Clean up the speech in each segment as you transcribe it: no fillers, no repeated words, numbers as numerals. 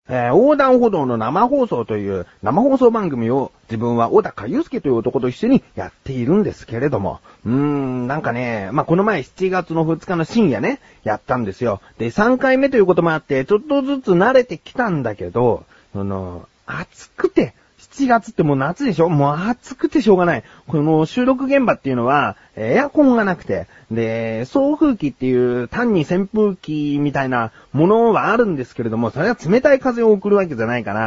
横断歩道の生放送という生放送番組を自分は小高祐介という男と一緒にやっているんですけれども、なんかね、この前7月の2日の深夜ね、やったんですよ。で、3回目ということもあって、ちょっとずつ慣れてきたんだけど、暑くて、7月ってもう夏でしょ？もう暑くてしょうがない。この収録現場っていうのは、エアコンがなくて、で、送風機っていう単に扇風機みたいなものはあるんですけれども、それは冷たい風を送るわけじゃないから、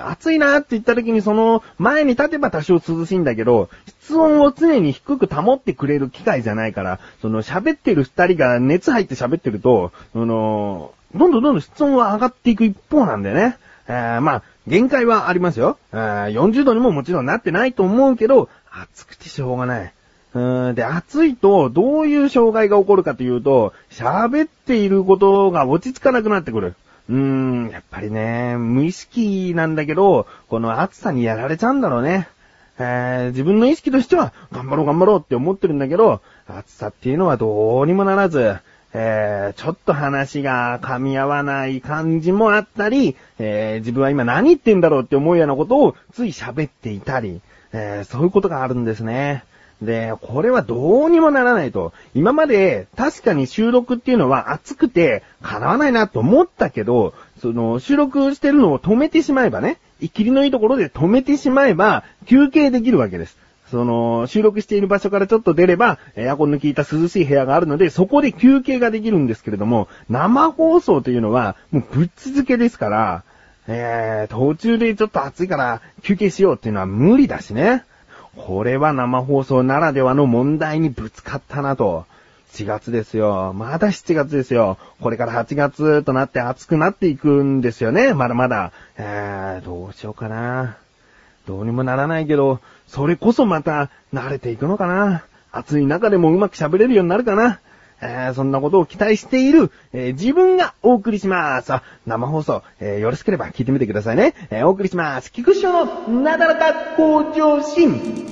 暑いなって言った時にその前に立てば多少涼しいんだけど、室温を常に低く保ってくれる機械じゃないから、その喋ってる二人が熱入って喋ってると、どんどん室温は上がっていく一方なんだよね。限界はありますよ。40度にももちろんなってないと思うけど、暑くてしょうがない。で、暑いとどういう障害が起こるかというと、喋っていることが落ち着かなくなってくる。やっぱりね、無意識なんだけど、この暑さにやられちゃうんだろうね。自分の意識としては、頑張ろうって思ってるんだけど、暑さっていうのはどうにもならず、ちょっと話が噛み合わない感じもあったり、自分は今何言ってんだろうって思うようなことをつい喋っていたり、そういうことがあるんですね。で、これはどうにもならないと。今まで確かに収録っていうのは暑くて叶わないなと思ったけど、収録してるのを止めてしまえばね、切りのいいところで止めてしまえば休憩できるわけです。収録している場所からちょっと出れば、エアコンの効いた涼しい部屋があるので、そこで休憩ができるんですけれども、生放送というのは、もうぶっ続けですから、途中でちょっと暑いから休憩しようっていうのは無理だしね。これは生放送ならではの問題にぶつかったなと。7月ですよ。まだ7月ですよ。これから8月となって暑くなっていくんですよね。まだまだ。どうしようかな。どうにもならないけど、それこそまた慣れていくのかな。暑い中でもうまく喋れるようになるかな。そんなことを期待している、自分がお送りします。生放送、よろしければ聞いてみてくださいね。お送りします。菊師匠のなだらか向上心。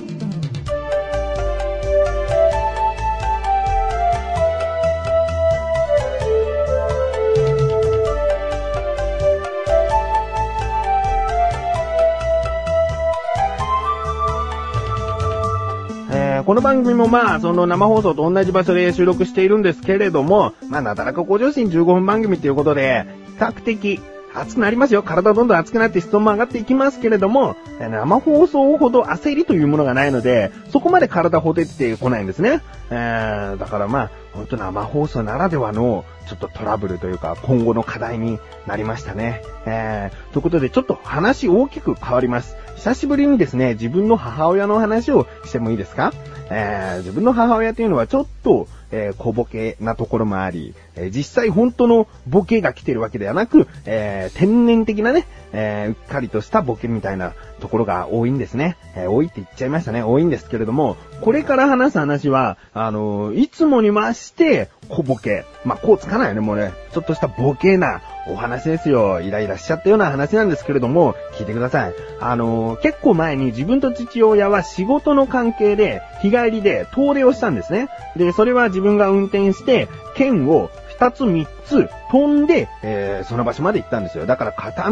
この番組もその生放送と同じ場所で収録しているんですけれども、なだらか向上心15分番組ということで、比較的熱くなりますよ。体どんどん熱くなって室温も上がっていきますけれども、生放送ほど焦りというものがないので、そこまで体ほてってこないんですね。だから本当生放送ならではのちょっとトラブルというか今後の課題になりましたね。ということでちょっと話大きく変わります。久しぶりにですね、自分の母親の話をしてもいいですか？自分の母親というのはちょっと、小ボケなところもあり、実際本当のボケが来てるわけではなく、天然的なね、うっかりとしたボケみたいなところが多いんですね。多いって言っちゃいましたね。多いんですけれども、これから話す話は、いつもに増して小ボケ。こうつかないよね、もうね。ちょっとしたボケなお話ですよ。イライラしちゃったような話なんですけれども、聞いてください。結構前に自分と父親は仕事の関係で、日帰りで遠出をしたんですね。で、それは自分が運転して、県を2つ3つ飛んで、その場所まで行ったんですよ。だから片道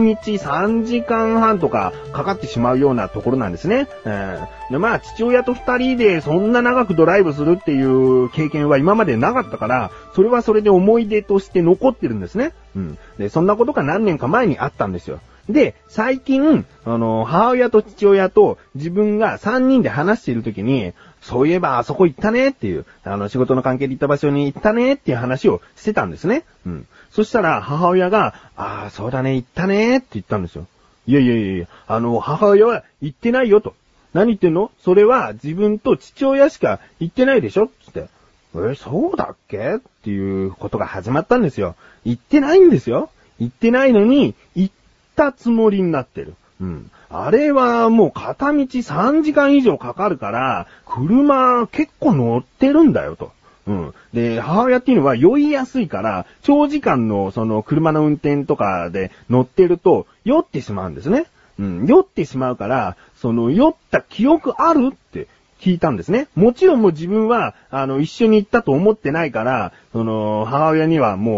3時間半とかかかってしまうようなところなんですね。で、父親と2人でそんな長くドライブするっていう経験は今までなかったから、それはそれで思い出として残ってるんですね。で、そんなことが何年か前にあったんですよ。で、最近、母親と父親と自分が3人で話しているときに、そういえばあそこ行ったねっていう、仕事の関係で行った場所に行ったねっていう話をしてたんですね。そしたら母親が、そうだね、行ったねって言ったんですよ。いや、母親は行ってないよと。何言ってんの？それは自分と父親しか行ってないでしょつって。そうだっけっていうことが始まったんですよ。行ってないんですよ。行ってないのに、行ったつもりになってる。あれはもう片道3時間以上かかるから、車結構乗ってるんだよと。で、母親っていうのは酔いやすいから、長時間のその車の運転とかで乗ってると酔ってしまうんですね。酔ってしまうから、酔った記憶あるって聞いたんですね。もちろんもう自分は、一緒に行ったと思ってないから、母親にはもう、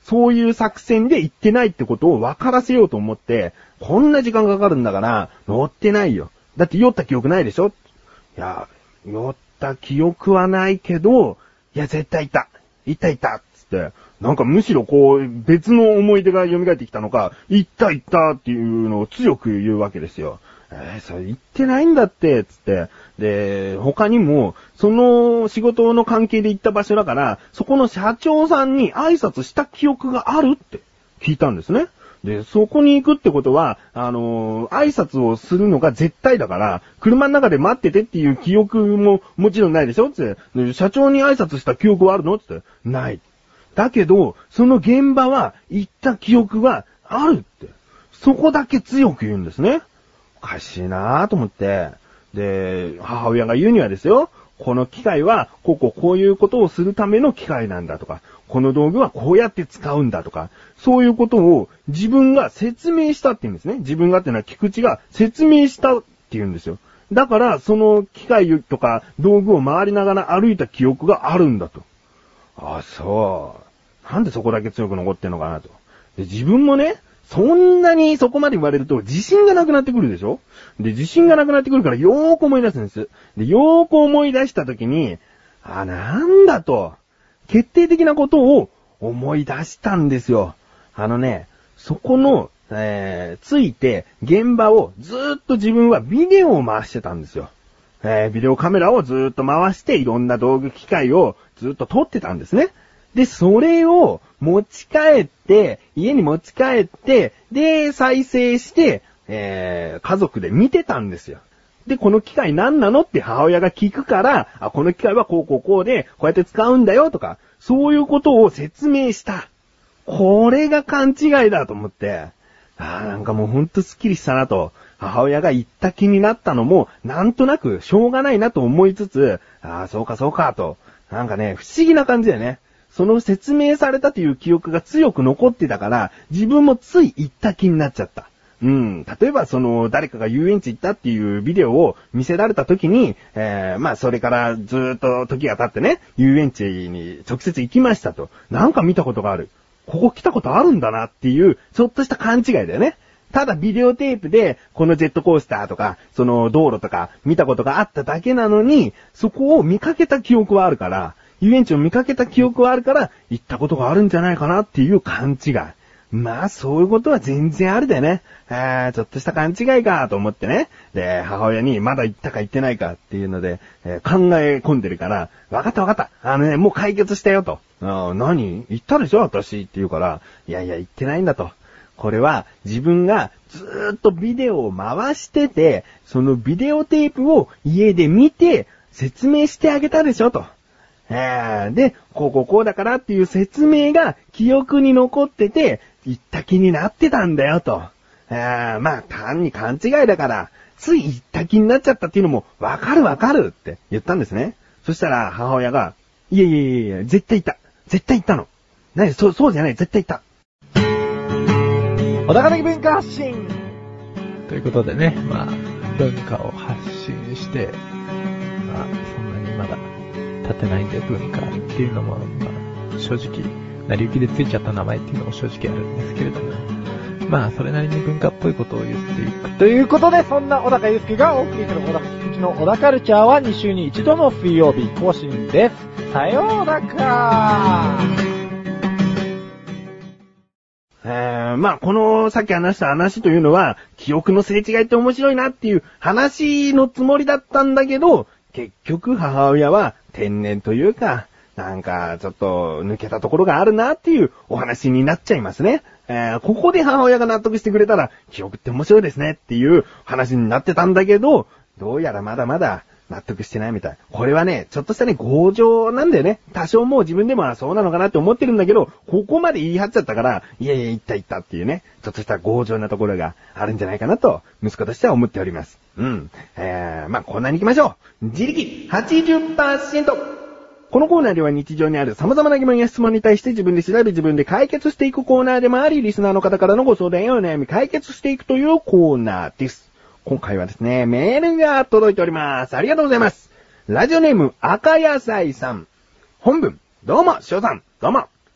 そういう作戦で行ってないってことを分からせようと思って、こんな時間かかるんだから、乗ってないよ。だって酔った記憶ないでしょ？いや、酔った記憶はないけど、いや、絶対いた、つって、なんかむしろこう、別の思い出が蘇ってきたのか、いったっていうのを強く言うわけですよ。それ言ってないんだって、つって。で、他にも、その仕事の関係で行った場所だから、そこの社長さんに挨拶した記憶があるって聞いたんですね。で、そこに行くってことは、挨拶をするのが絶対だから、車の中で待っててっていう記憶ももちろんないでしょ？つって。で、社長に挨拶した記憶はあるの？つって。ない。だけど、その現場は行った記憶があるって。そこだけ強く言うんですね。おかしいなぁと思って。で、母親が言うにはですよ、この機械は、こういうことをするための機械なんだとか、この道具はこうやって使うんだとか、そういうことを自分が説明したって言うんですね。自分がっていうのは菊池が説明したって言うんですよ。だから、その機械とか道具を回りながら歩いた記憶があるんだと。あ、そう。なんでそこだけ強く残ってんのかなと。で、自分もね、そんなにそこまで言われると自信がなくなってくるでしょ？で、自信がなくなってくるからよーく思い出すんです。で、よーく思い出したときに、なんだと、決定的なことを思い出したんですよ。そこの、ついて現場をずーっと自分はビデオを回してたんですよ。ビデオカメラをずーっと回していろんな道具機械をずーっと撮ってたんですね。で、それを家に持ち帰って、で、再生して、家族で見てたんですよ。で、この機械何なのって母親が聞くから、この機械はこうで、こうやって使うんだよとか、そういうことを説明した。これが勘違いだと思って、なんかもうほんとスッキリしたなと、母親が言った気になったのも、なんとなくしょうがないなと思いつつ、そうかと、なんかね、不思議な感じだよね。その説明されたという記憶が強く残ってたから、自分もつい言った気になっちゃった。例えば誰かが遊園地行ったっていうビデオを見せられた時に、それからずーっと時が経ってね、遊園地に直接行きましたと。なんか見たことがある。ここ来たことあるんだなっていう、ちょっとした勘違いだよね。ただビデオテープで、このジェットコースターとか、その道路とか見たことがあっただけなのに、そこを見かけた記憶はあるから、遊園地を見かけた記憶はあるから、行ったことがあるんじゃないかなっていう勘違い。まあ、そういうことは全然あるだよね。ちょっとした勘違いかと思ってね。で、母親にまだ行ったか行ってないかっていうので、考え込んでるから、わかった。もう解決したよと。何？行ったでしょ私って言うから、いや行ってないんだと。これは自分がずーっとビデオを回してて、そのビデオテープを家で見て説明してあげたでしょと。で、こうだからっていう説明が記憶に残ってて、言った気になってたんだよと。単に勘違いだから、つい言った気になっちゃったっていうのも、わかるって言ったんですね。そしたら母親が、いや、絶対言ったの。そうじゃない、絶対言った。 小高的文化発信ということでね、文化を発信して、そんなにまだ立てないんで文化っていうのも、正直、成り行きでついちゃった名前っていうのも正直あるんですけれども、それなりに文化っぽいことを言っていく。ということで、そんな小高祐介がお送りする小高菊池の小高カルチャーは2週に1度の水曜日更新です。さようなら。 このさっき話した話というのは、記憶のすれ違いって面白いなっていう話のつもりだったんだけど、結局母親は天然というか、なんかちょっと抜けたところがあるなっていうお話になっちゃいますね。ここで母親が納得してくれたら、記憶って面白いですねっていう話になってたんだけど、どうやらまだまだ納得してないみたい。これはね、ちょっとしたね、強情なんだよね。多少もう自分でもそうなのかなって思ってるんだけど、ここまで言い張っちゃったから、いや、言ったっていうね、ちょっとした強情なところがあるんじゃないかなと、息子としては思っております。こんなに行きましょう。自力 80%。このコーナーでは日常にある様々な疑問や質問に対して自分で調べ自分で解決していくコーナーでもあり、リスナーの方からのご相談やお悩み解決していくというコーナーです。今回はですね、メールが届いております。ありがとうございます。ラジオネーム赤野菜さん。本文、どうも、翔さん、どうも。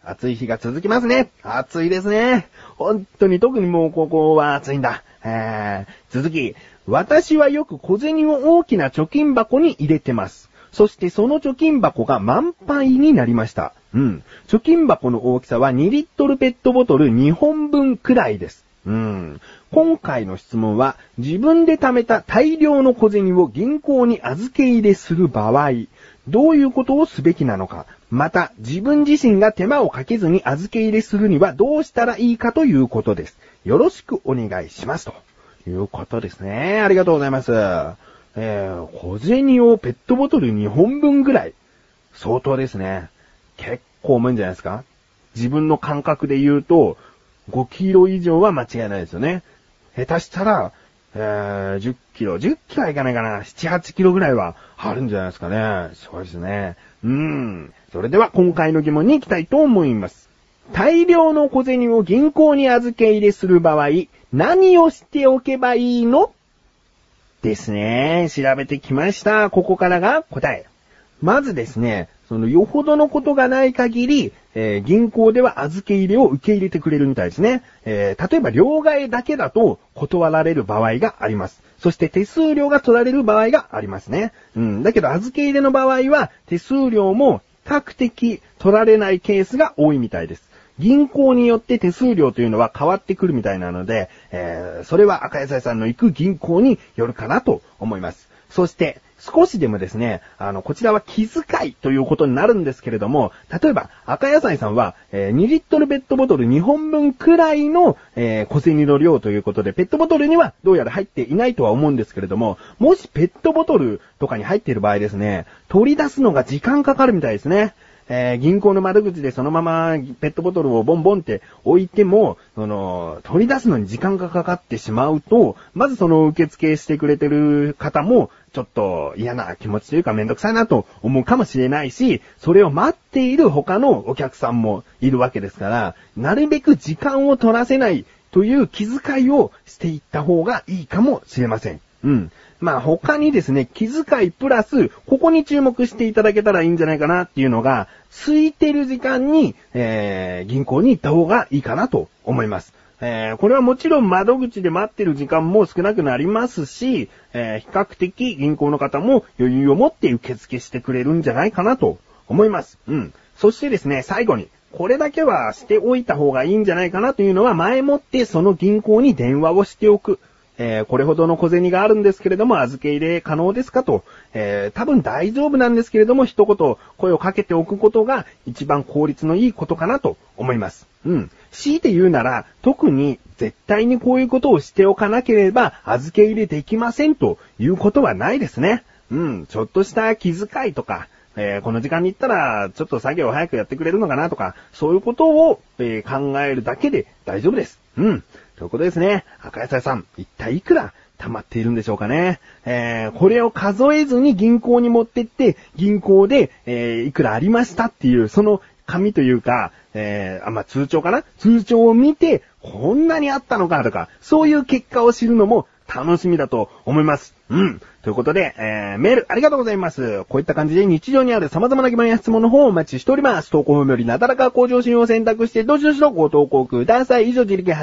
暑い日が続きますね。暑いですね。本当に特にもうここは暑いんだ。続き、私はよく小銭を大きな貯金箱に入れてます。そしてその貯金箱が満杯になりました。貯金箱の大きさは2リットルペットボトル2本分くらいです。今回の質問は、自分で貯めた大量の小銭を銀行に預け入れする場合、どういうことをすべきなのか、また自分自身が手間をかけずに預け入れするにはどうしたらいいかということです。よろしくお願いします。ということですね。ありがとうございます。小銭をペットボトル2本分ぐらい。相当ですね。結構重いんじゃないですか？自分の感覚で言うと、5キロ以上は間違いないですよね。下手したら、10キロはいかないかな。7、8キロぐらいはあるんじゃないですかね。そうですね。それでは今回の疑問に行きたいと思います。大量の小銭を銀行に預け入れする場合、何をしておけばいいの？ですね。調べてきました。ここからが答え。まずですね、よほどのことがない限り、銀行では預け入れを受け入れてくれるみたいですね。例えば両替だけだと断られる場合があります。そして手数料が取られる場合がありますね。だけど預け入れの場合は手数料も比較的取られないケースが多いみたいです。銀行によって手数料というのは変わってくるみたいなので、それは赤野菜さんの行く銀行によるかなと思います。そして、少しでもですね、こちらは気遣いということになるんですけれども、例えば赤野菜さんは、2リットルペットボトル2本分くらいの、小銭の量ということで、ペットボトルにはどうやら入っていないとは思うんですけれども、もしペットボトルとかに入っている場合ですね、取り出すのが時間かかるみたいですね。銀行の窓口でそのままペットボトルをボンボンって置いても、取り出すのに時間がかかってしまうと、まず受付してくれてる方も、ちょっと嫌な気持ちというかめんどくさいなと思うかもしれないし、それを待っている他のお客さんもいるわけですから、なるべく時間を取らせないという気遣いをしていった方がいいかもしれません。他にですね、気遣いプラス、ここに注目していただけたらいいんじゃないかなっていうのが、空いてる時間に、銀行に行った方がいいかなと思います。これはもちろん窓口で待ってる時間も少なくなりますし、比較的銀行の方も余裕を持って受付してくれるんじゃないかなと思います。そしてですね、最後に、これだけはしておいた方がいいんじゃないかなというのは、前もってその銀行に電話をしておく。これほどの小銭があるんですけれども、預け入れ可能ですかと、多分大丈夫なんですけれども、一言声をかけておくことが一番効率のいいことかなと思います。強いて言うなら、特に絶対にこういうことをしておかなければ預け入れできませんということはないですね。ちょっとした気遣いとか、この時間に行ったらちょっと作業を早くやってくれるのかなとか、そういうことを、考えるだけで大丈夫です。ということですね。赤野菜さん、一体いくら溜まっているんでしょうかね。これを数えずに銀行に持ってって、銀行で、いくらありましたっていう、その紙というか、通帳かな？通帳を見て、こんなにあったのかとか、そういう結果を知るのも楽しみだと思います。ということで、メールありがとうございます。こういった感じで日常にある様々な疑問や質問の方をお待ちしております。投稿フォームよりなだらか向上心を選択して、どしどしとご投稿ください。以上、自力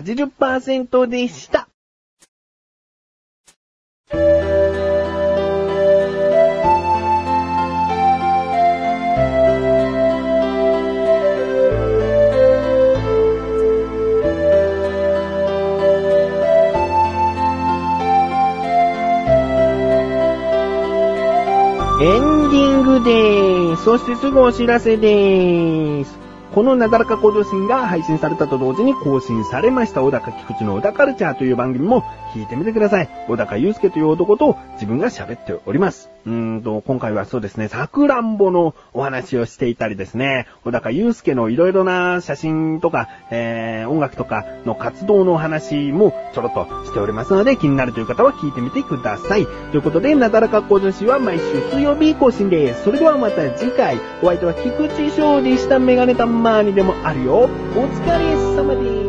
80% でした。エンディングでーす。そしてすぐお知らせでーす。このなだらか向上心が配信されたと同時に更新されました小高菊池の小高カルチャーという番組も聞いてみてください。小高祐介という男と自分が喋っております。今回はそうですね、さくらんぼのお話をしていたりですね、小高祐介のいろいろな写真とか、音楽とかの活動のお話もちょろっとしておりますので、気になるという方は聞いてみてください。ということで、なだらか向上心は毎週水曜日更新です。それではまた次回、お相手は菊池翔でした。メガネたまーにでもあるよ。お疲れ様です。